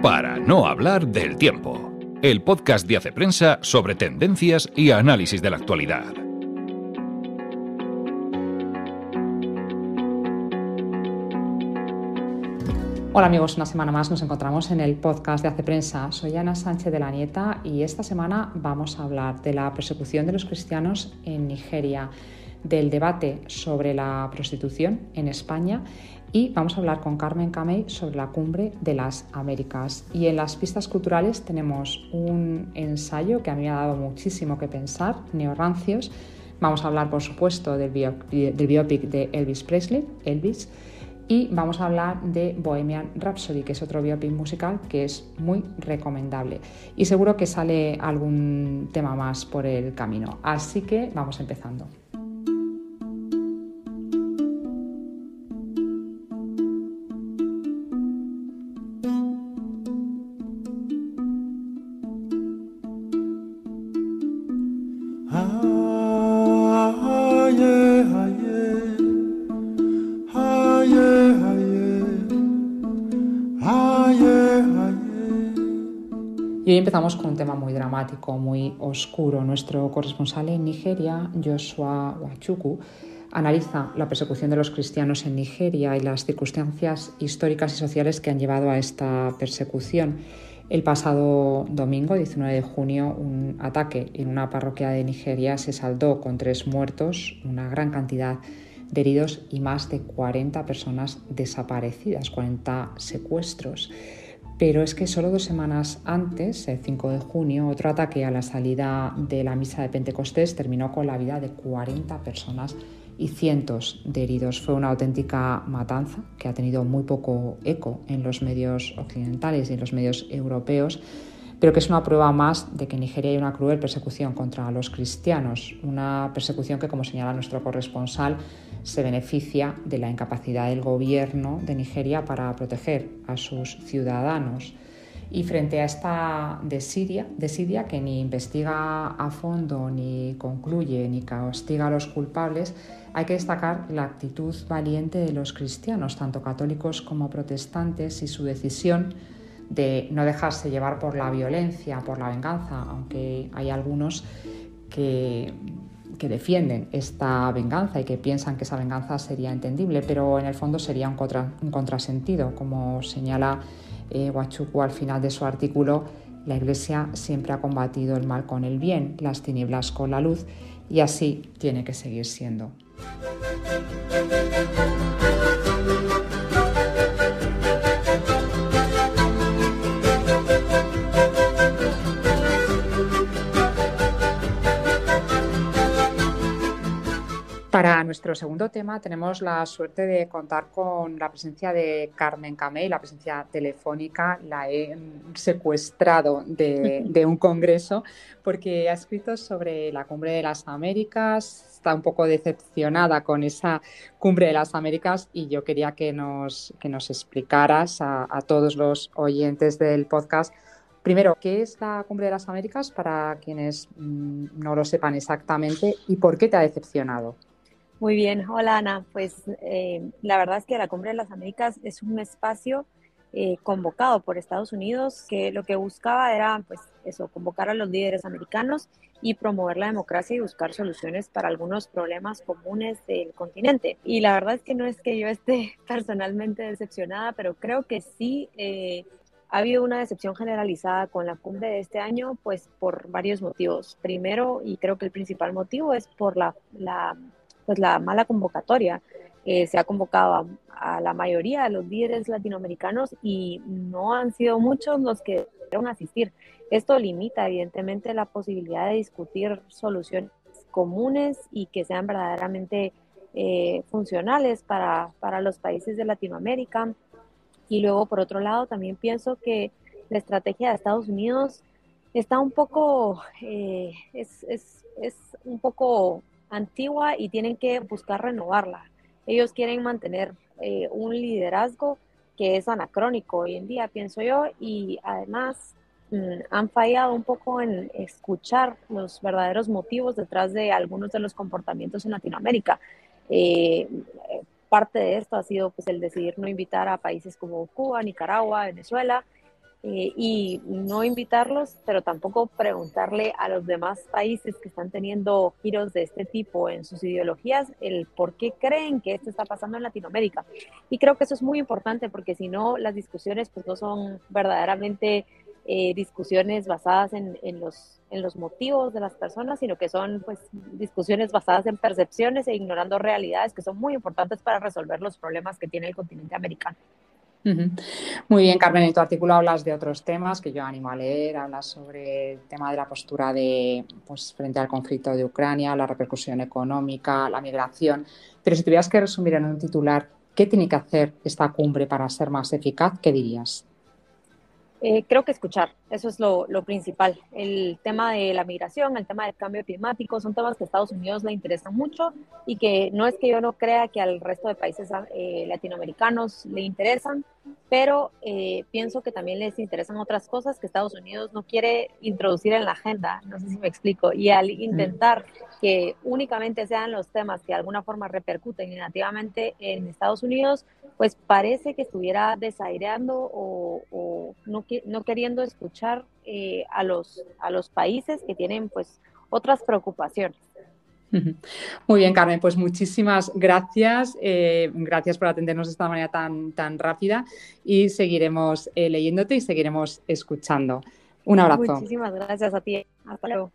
Para no hablar del tiempo, el podcast de Hace Prensa sobre tendencias y análisis de la actualidad. Hola amigos, una semana más nos encontramos en el podcast de Hace Prensa. Soy Ana Sánchez de la Nieta y esta semana vamos a hablar de la persecución de los cristianos en Nigeria, del debate sobre la prostitución en España y vamos a hablar con Carmen Camey sobre la Cumbre de las Américas. Y en las pistas culturales tenemos un ensayo que a mí me ha dado muchísimo que pensar, Neorrancios. Vamos a hablar, por supuesto, del biopic de Elvis Presley, Elvis. Y vamos a hablar de Bohemian Rhapsody, que es otro biopic musical que es muy recomendable. Y seguro que sale algún tema más por el camino. Así que vamos empezando. Y hoy empezamos con un tema muy dramático, muy oscuro. Nuestro corresponsal en Nigeria, Joshua Nwachukwu, analiza la persecución de los cristianos en Nigeria y las circunstancias históricas y sociales que han llevado a esta persecución. El pasado domingo, 19 de junio, un ataque en una parroquia de Nigeria se saldó con 3 muertos, una gran cantidad de heridos y más de 40 personas desaparecidas, 40 secuestros. Pero es que solo 2 semanas antes, el 5 de junio, otro ataque a la salida de la misa de Pentecostés terminó con la vida de 40 personas y cientos de heridos. Fue una auténtica matanza que ha tenido muy poco eco en los medios occidentales y en los medios europeos, pero que es una prueba más de que en Nigeria hay una cruel persecución contra los cristianos, una persecución que, como señala nuestro corresponsal, se beneficia de la incapacidad del gobierno de Nigeria para proteger a sus ciudadanos. Y frente a esta desidia que ni investiga a fondo, ni concluye, ni castiga a los culpables, hay que destacar la actitud valiente de los cristianos, tanto católicos como protestantes, y su decisión de no dejarse llevar por la violencia, por la venganza, aunque hay algunos que defienden esta venganza y que piensan que esa venganza sería entendible, pero en el fondo sería un contrasentido. Como señala Nwachukwu al final de su artículo, la Iglesia siempre ha combatido el mal con el bien, las tinieblas con la luz, y así tiene que seguir siendo. Para nuestro segundo tema tenemos la suerte de contar con la presencia de Carmen Camey, la presencia telefónica. La he secuestrado de un congreso porque ha escrito sobre la Cumbre de las Américas, está un poco decepcionada con esa Cumbre de las Américas y yo quería que nos explicaras a todos los oyentes del podcast. Primero, ¿qué es la Cumbre de las Américas para quienes no lo sepan exactamente y por qué te ha decepcionado? Muy bien, hola Ana. Pues la verdad es que la Cumbre de las Américas es un espacio convocado por Estados Unidos que lo que buscaba era pues eso, convocar a los líderes americanos y promover la democracia y buscar soluciones para algunos problemas comunes del continente. Y la verdad es que no es que yo esté personalmente decepcionada, pero creo que sí ha habido una decepción generalizada con la cumbre de este año, pues por varios motivos. Primero, y creo que el principal motivo es por la mala convocatoria. Se ha convocado a la mayoría de los líderes latinoamericanos y no han sido muchos los que pudieron asistir. Esto limita evidentemente la posibilidad de discutir soluciones comunes y que sean verdaderamente funcionales para los países de Latinoamérica. Y luego, por otro lado, también pienso que la estrategia de Estados Unidos está un poco, es un poco antigua y tienen que buscar renovarla. Ellos quieren mantener un liderazgo que es anacrónico hoy en día, pienso yo, y además han fallado un poco en escuchar los verdaderos motivos detrás de algunos de los comportamientos en Latinoamérica. Parte de esto ha sido pues, el decidir no invitar a países como Cuba, Nicaragua, Venezuela, y no invitarlos, pero tampoco preguntarle a los demás países que están teniendo giros de este tipo en sus ideologías el por qué creen que esto está pasando en Latinoamérica. Y creo que eso es muy importante porque si no, las discusiones pues no son verdaderamente discusiones basadas en los motivos de las personas, sino que son pues discusiones basadas en percepciones e ignorando realidades que son muy importantes para resolver los problemas que tiene el continente americano. Uh-huh. Muy bien, Carmen, en tu artículo hablas de otros temas que yo animo a leer, hablas sobre el tema de la postura pues, frente al conflicto de Ucrania, la repercusión económica, la migración, pero si tuvieras que resumir en un titular, ¿qué tiene que hacer esta cumbre para ser más eficaz? ¿Qué dirías? Creo que escuchar, eso es lo principal. El tema de la migración, el tema del cambio climático, son temas que a Estados Unidos le interesan mucho y que no es que yo no crea que al resto de países latinoamericanos le interesan, pero pienso que también les interesan otras cosas que Estados Unidos no quiere introducir en la agenda, no sé si me explico, y al intentar que únicamente sean los temas que de alguna forma repercuten negativamente en Estados Unidos, pues parece que estuviera desaireando o no queriendo escuchar a los países que tienen pues otras preocupaciones. Muy bien, Carmen, pues muchísimas gracias. Gracias por atendernos de esta manera tan rápida y seguiremos leyéndote y seguiremos escuchando. Un abrazo. Muchísimas gracias a ti. Hasta luego.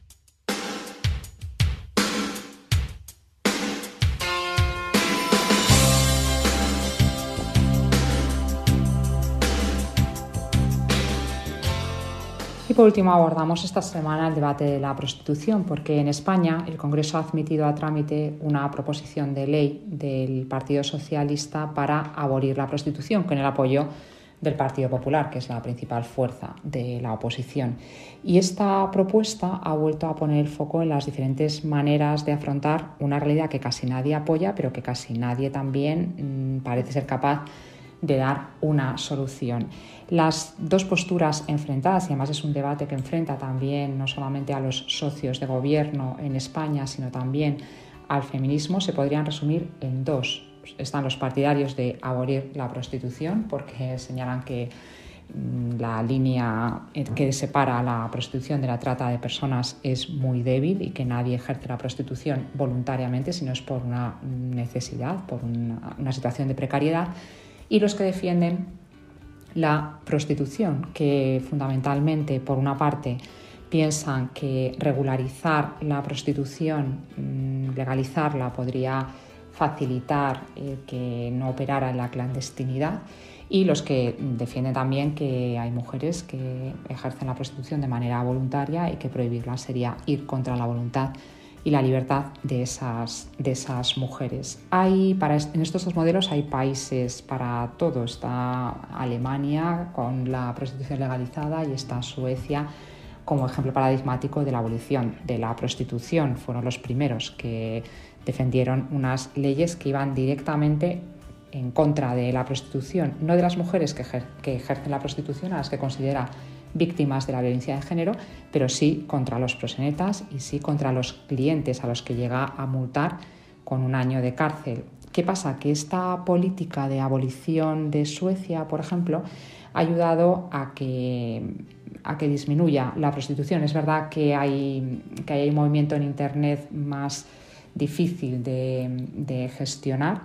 Y por último abordamos esta semana el debate de la prostitución, porque en España el Congreso ha admitido a trámite una proposición de ley del Partido Socialista para abolir la prostitución, con el apoyo del Partido Popular, que es la principal fuerza de la oposición. Y esta propuesta ha vuelto a poner el foco en las diferentes maneras de afrontar una realidad que casi nadie apoya, pero que casi nadie también parece ser capaz de dar una solución. Las dos posturas enfrentadas, y además es un debate que enfrenta también no solamente a los socios de gobierno en España, sino también al feminismo, se podrían resumir en dos. Están los partidarios de abolir la prostitución, porque señalan que la línea que separa la prostitución de la trata de personas es muy débil y que nadie ejerce la prostitución voluntariamente, sino es por una necesidad, por una situación de precariedad. Y los que defienden la prostitución, que fundamentalmente, por una parte, piensan que regularizar la prostitución, legalizarla, podría facilitar que no operara en la clandestinidad, y los que defienden también que hay mujeres que ejercen la prostitución de manera voluntaria y que prohibirla sería ir contra la voluntad y la libertad de esas mujeres. En estos dos modelos hay países para todo. Está Alemania con la prostitución legalizada y está Suecia como ejemplo paradigmático de la abolición de la prostitución. Fueron los primeros que defendieron unas leyes que iban directamente en contra de la prostitución, no de las mujeres que ejercen la prostitución, a las que considera víctimas de la violencia de género, pero sí contra los proxenetas y sí contra los clientes a los que llega a multar con 1 año de cárcel. ¿Qué pasa? Que esta política de abolición de Suecia, por ejemplo, ha ayudado a que disminuya la prostitución. Es verdad que hay un movimiento en Internet más difícil de gestionar,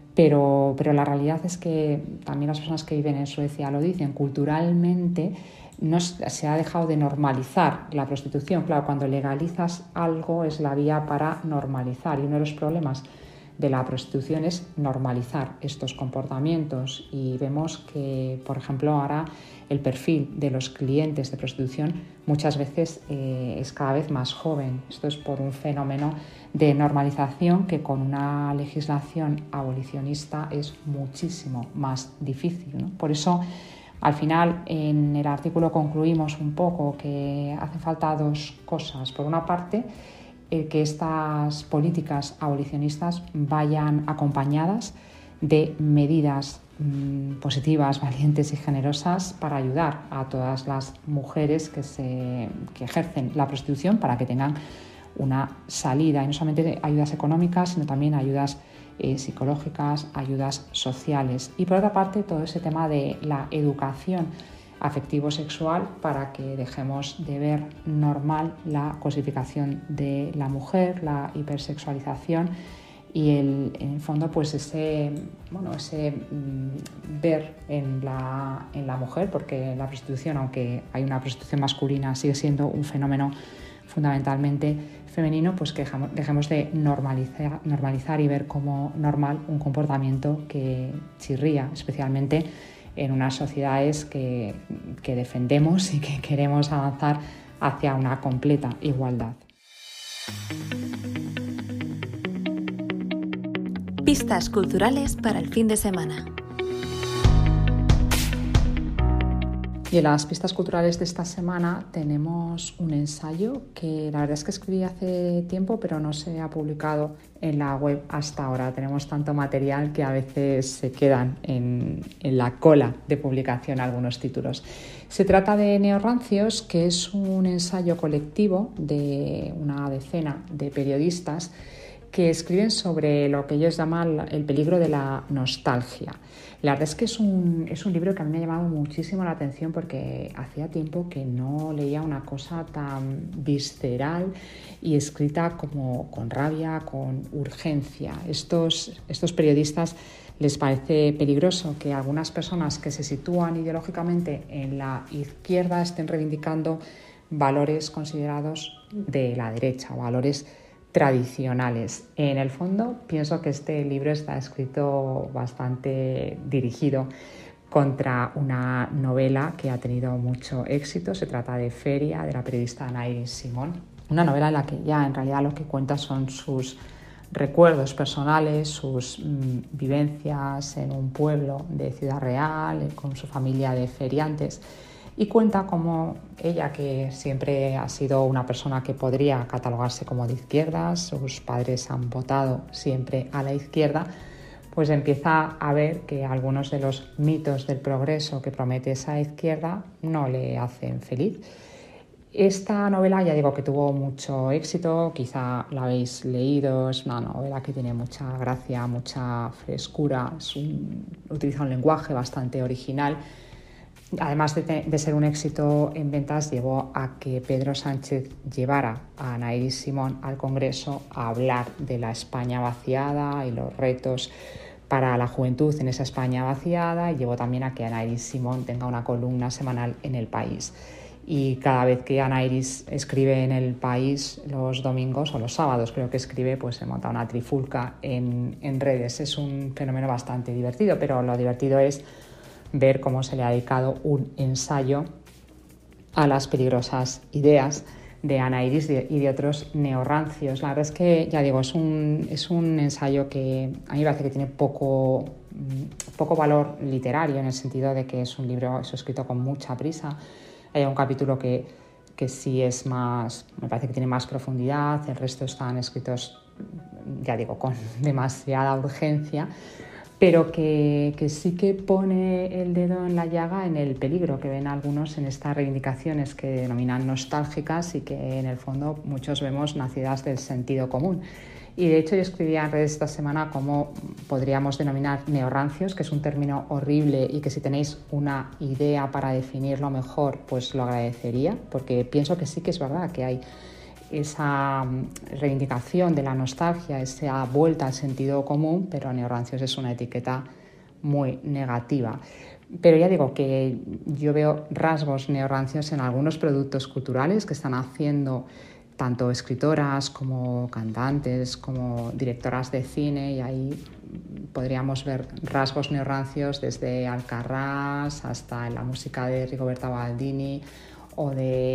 pero la realidad es que también las personas que viven en Suecia lo dicen, culturalmente no se ha dejado de normalizar la prostitución. Claro, cuando legalizas algo es la vía para normalizar, y uno de los problemas de la prostitución es normalizar estos comportamientos, y vemos que, por ejemplo, ahora el perfil de los clientes de prostitución muchas veces es cada vez más joven. Esto es por un fenómeno de normalización que con una legislación abolicionista es muchísimo más difícil, ¿no? Por eso, al final, en el artículo concluimos un poco que hacen falta dos cosas. Por una parte, que estas políticas abolicionistas vayan acompañadas de medidas positivas, valientes y generosas para ayudar a todas las mujeres que ejercen la prostitución, para que tengan una salida, y no solamente ayudas económicas, sino también ayudas psicológicas, ayudas sociales. Y por otra parte, todo ese tema de la educación afectivo-sexual para que dejemos de ver normal la cosificación de la mujer, la hipersexualización y en el fondo pues ese ver en la mujer, porque la prostitución, aunque hay una prostitución masculina, sigue siendo un fenómeno fundamentalmente femenino, pues que dejemos de normalizar y ver como normal un comportamiento que chirría, especialmente en unas sociedades que defendemos y que queremos avanzar hacia una completa igualdad. Pistas culturales para el fin de semana. Y en las pistas culturales de esta semana tenemos un ensayo que la verdad es que escribí hace tiempo, pero no se ha publicado en la web hasta ahora. Tenemos tanto material que a veces se quedan en la cola de publicación algunos títulos. Se trata de Neorrancios, que es un ensayo colectivo de una decena de periodistas que escriben sobre lo que ellos llaman el peligro de la nostalgia. La verdad es que es un libro que a mí me ha llamado muchísimo la atención porque hacía tiempo que no leía una cosa tan visceral y escrita como con rabia, con urgencia. Estos periodistas les parece peligroso que algunas personas que se sitúan ideológicamente en la izquierda estén reivindicando valores considerados de la derecha, valores tradicionales. En el fondo, pienso que este libro está escrito bastante dirigido contra una novela que ha tenido mucho éxito. Se trata de Feria, de la periodista Anairis Simón. Una novela en la que ya en realidad lo que cuenta son sus recuerdos personales, sus vivencias en un pueblo de Ciudad Real, con su familia de feriantes. Y cuenta cómo ella, que siempre ha sido una persona que podría catalogarse como de izquierdas, sus padres han votado siempre a la izquierda, pues empieza a ver que algunos de los mitos del progreso que promete esa izquierda no le hacen feliz. Esta novela, ya digo que tuvo mucho éxito, quizá la habéis leído, es una novela que tiene mucha gracia, mucha frescura, utiliza un lenguaje bastante original. Además de ser un éxito en ventas, llevó a que Pedro Sánchez llevara a Anairis Simón al Congreso a hablar de la España vaciada y los retos para la juventud en esa España vaciada, y llevó también a que Anairis Simón tenga una columna semanal en El País. Y cada vez que Anairis escribe en El País los domingos o los sábados, creo que escribe, pues se monta una trifulca en redes. Es un fenómeno bastante divertido, pero lo divertido es ver cómo se le ha dedicado un ensayo a las peligrosas ideas de Anairis y de otros neorrancios. La verdad es que, ya digo, es un ensayo que a mí me parece que tiene poco valor literario, en el sentido de que es un libro escrito con mucha prisa. Hay un capítulo que sí es más, me parece que tiene más profundidad, el resto están escritos, ya digo, con demasiada urgencia, pero que sí que pone el dedo en la llaga en el peligro que ven algunos en estas reivindicaciones que denominan nostálgicas y que en el fondo muchos vemos nacidas del sentido común. Y de hecho yo escribía en redes esta semana cómo podríamos denominar neorrancios, que es un término horrible y que si tenéis una idea para definirlo mejor, pues lo agradecería, porque pienso que sí que es verdad que hay esa reivindicación de la nostalgia, esa vuelta al sentido común, pero neorrancios es una etiqueta muy negativa. Pero ya digo que yo veo rasgos neorrancios en algunos productos culturales que están haciendo tanto escritoras como cantantes, como directoras de cine, y ahí podríamos ver rasgos neorrancios desde Alcarrás hasta en la música de Rigoberta Bandini o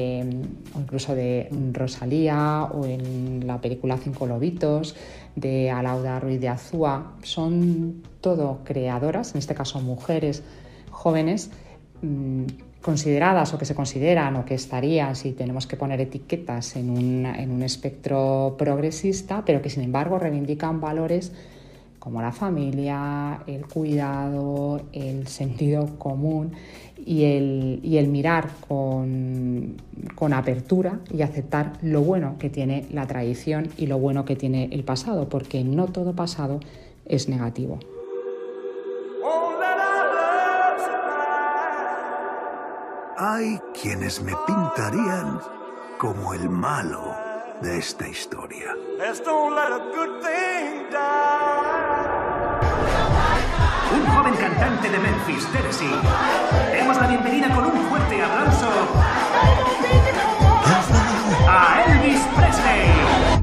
incluso de Rosalía, o en la película Cinco Lobitos de Alauda Ruiz de Azúa. Son todo creadoras, en este caso mujeres jóvenes, consideradas o que se consideran o que estarían, si tenemos que poner etiquetas, en un espectro progresista, pero que sin embargo reivindican valores como la familia, el cuidado, el sentido común y el mirar con apertura y aceptar lo bueno que tiene la tradición y lo bueno que tiene el pasado, porque no todo pasado es negativo. Hay quienes me pintarían como el malo de esta historia. Un joven cantante de Memphis, Tennessee. Demos la bienvenida con un fuerte aplauso a Elvis Presley.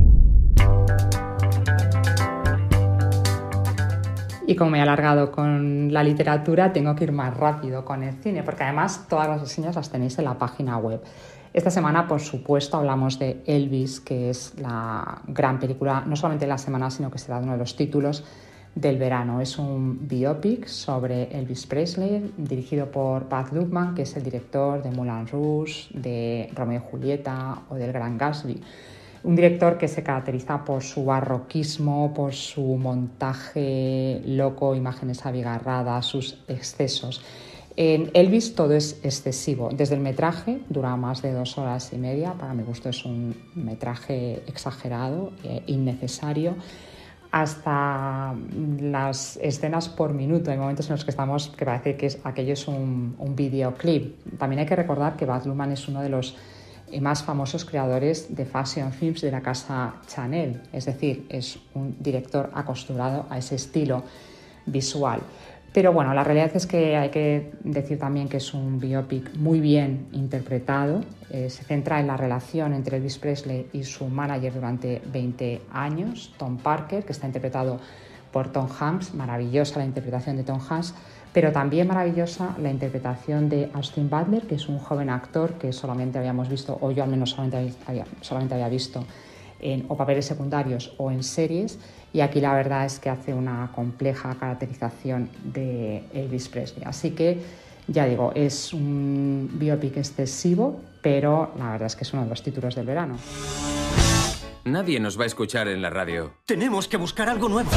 Y como me he alargado con la literatura, tengo que ir más rápido con el cine, porque además todas las reseñas las tenéis en la página web. Esta semana, por supuesto, hablamos de Elvis, que es la gran película, no solamente de la semana, sino que será uno de los títulos del verano. Es un biopic sobre Elvis Presley, dirigido por Baz Luhrmann, que es el director de Moulin Rouge, de Romeo y Julieta o del Gran Gatsby. Un director que se caracteriza por su barroquismo, por su montaje loco, imágenes abigarradas, sus excesos. En Elvis todo es excesivo. Desde el metraje, dura más de 2 horas y media, para mi gusto es un metraje exagerado, innecesario, hasta las escenas por minuto. Hay momentos en los que parece que aquello es un videoclip. También hay que recordar que Baz Luhrmann es uno de los más famosos creadores de fashion films de la casa Chanel, es decir, es un director acostumbrado a ese estilo visual. Pero bueno, la realidad es que hay que decir también que es un biopic muy bien interpretado. Se centra en la relación entre Elvis Presley y su manager durante 20 años, Tom Parker, que está interpretado por Tom Hanks. Maravillosa la interpretación de Tom Hanks, pero también maravillosa la interpretación de Austin Butler, que es un joven actor que solamente habíamos visto, o yo al menos solamente había visto en o papeles secundarios o en series, y aquí la verdad es que hace una compleja caracterización de Elvis Presley. Así que, ya digo, es un biopic excesivo, pero la verdad es que es uno de los títulos del verano. Nadie nos va a escuchar en la radio. Tenemos que buscar algo nuevo.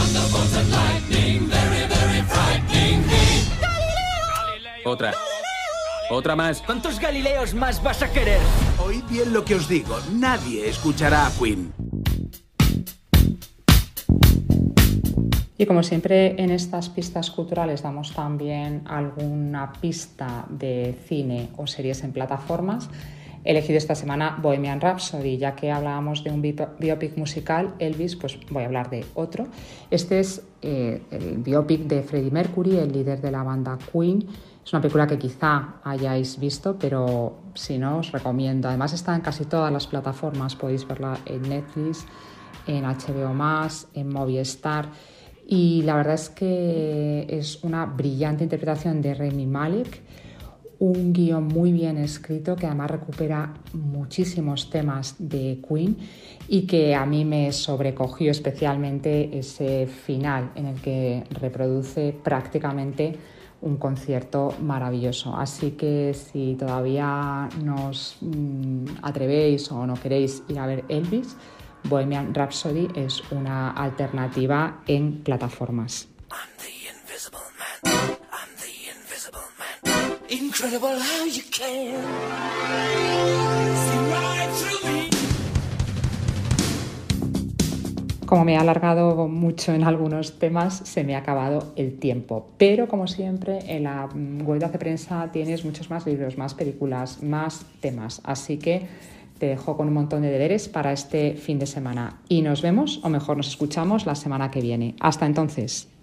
Otra. Otra más. ¿Cuántos Galileos más vas a querer? Oíd bien lo que os digo, nadie escuchará a Queen. Y como siempre en estas pistas culturales damos también alguna pista de cine o series en plataformas. He elegido esta semana Bohemian Rhapsody, ya que hablábamos de un biopic musical, Elvis, pues voy a hablar de otro. Este es el biopic de Freddie Mercury, el líder de la banda Queen. Es una película que quizá hayáis visto, pero si no, os recomiendo. Además está en casi todas las plataformas, podéis verla en Netflix, en HBO+, en Movistar. Y la verdad es que es una brillante interpretación de Rami Malek, un guión muy bien escrito que además recupera muchísimos temas de Queen y que a mí me sobrecogió especialmente ese final en el que reproduce prácticamente un concierto maravilloso. Así que si todavía no os atrevéis o no queréis ir a ver Elvis, Bohemian Rhapsody es una alternativa en plataformas. Incredible how you can see right through me. Como me he alargado mucho en algunos temas, se me ha acabado el tiempo. Pero como siempre, en la web de Hace Prensa tienes muchos más libros, más películas, más temas. Así que te dejo con un montón de deberes para este fin de semana. Y nos vemos, o mejor nos escuchamos, la semana que viene. Hasta entonces.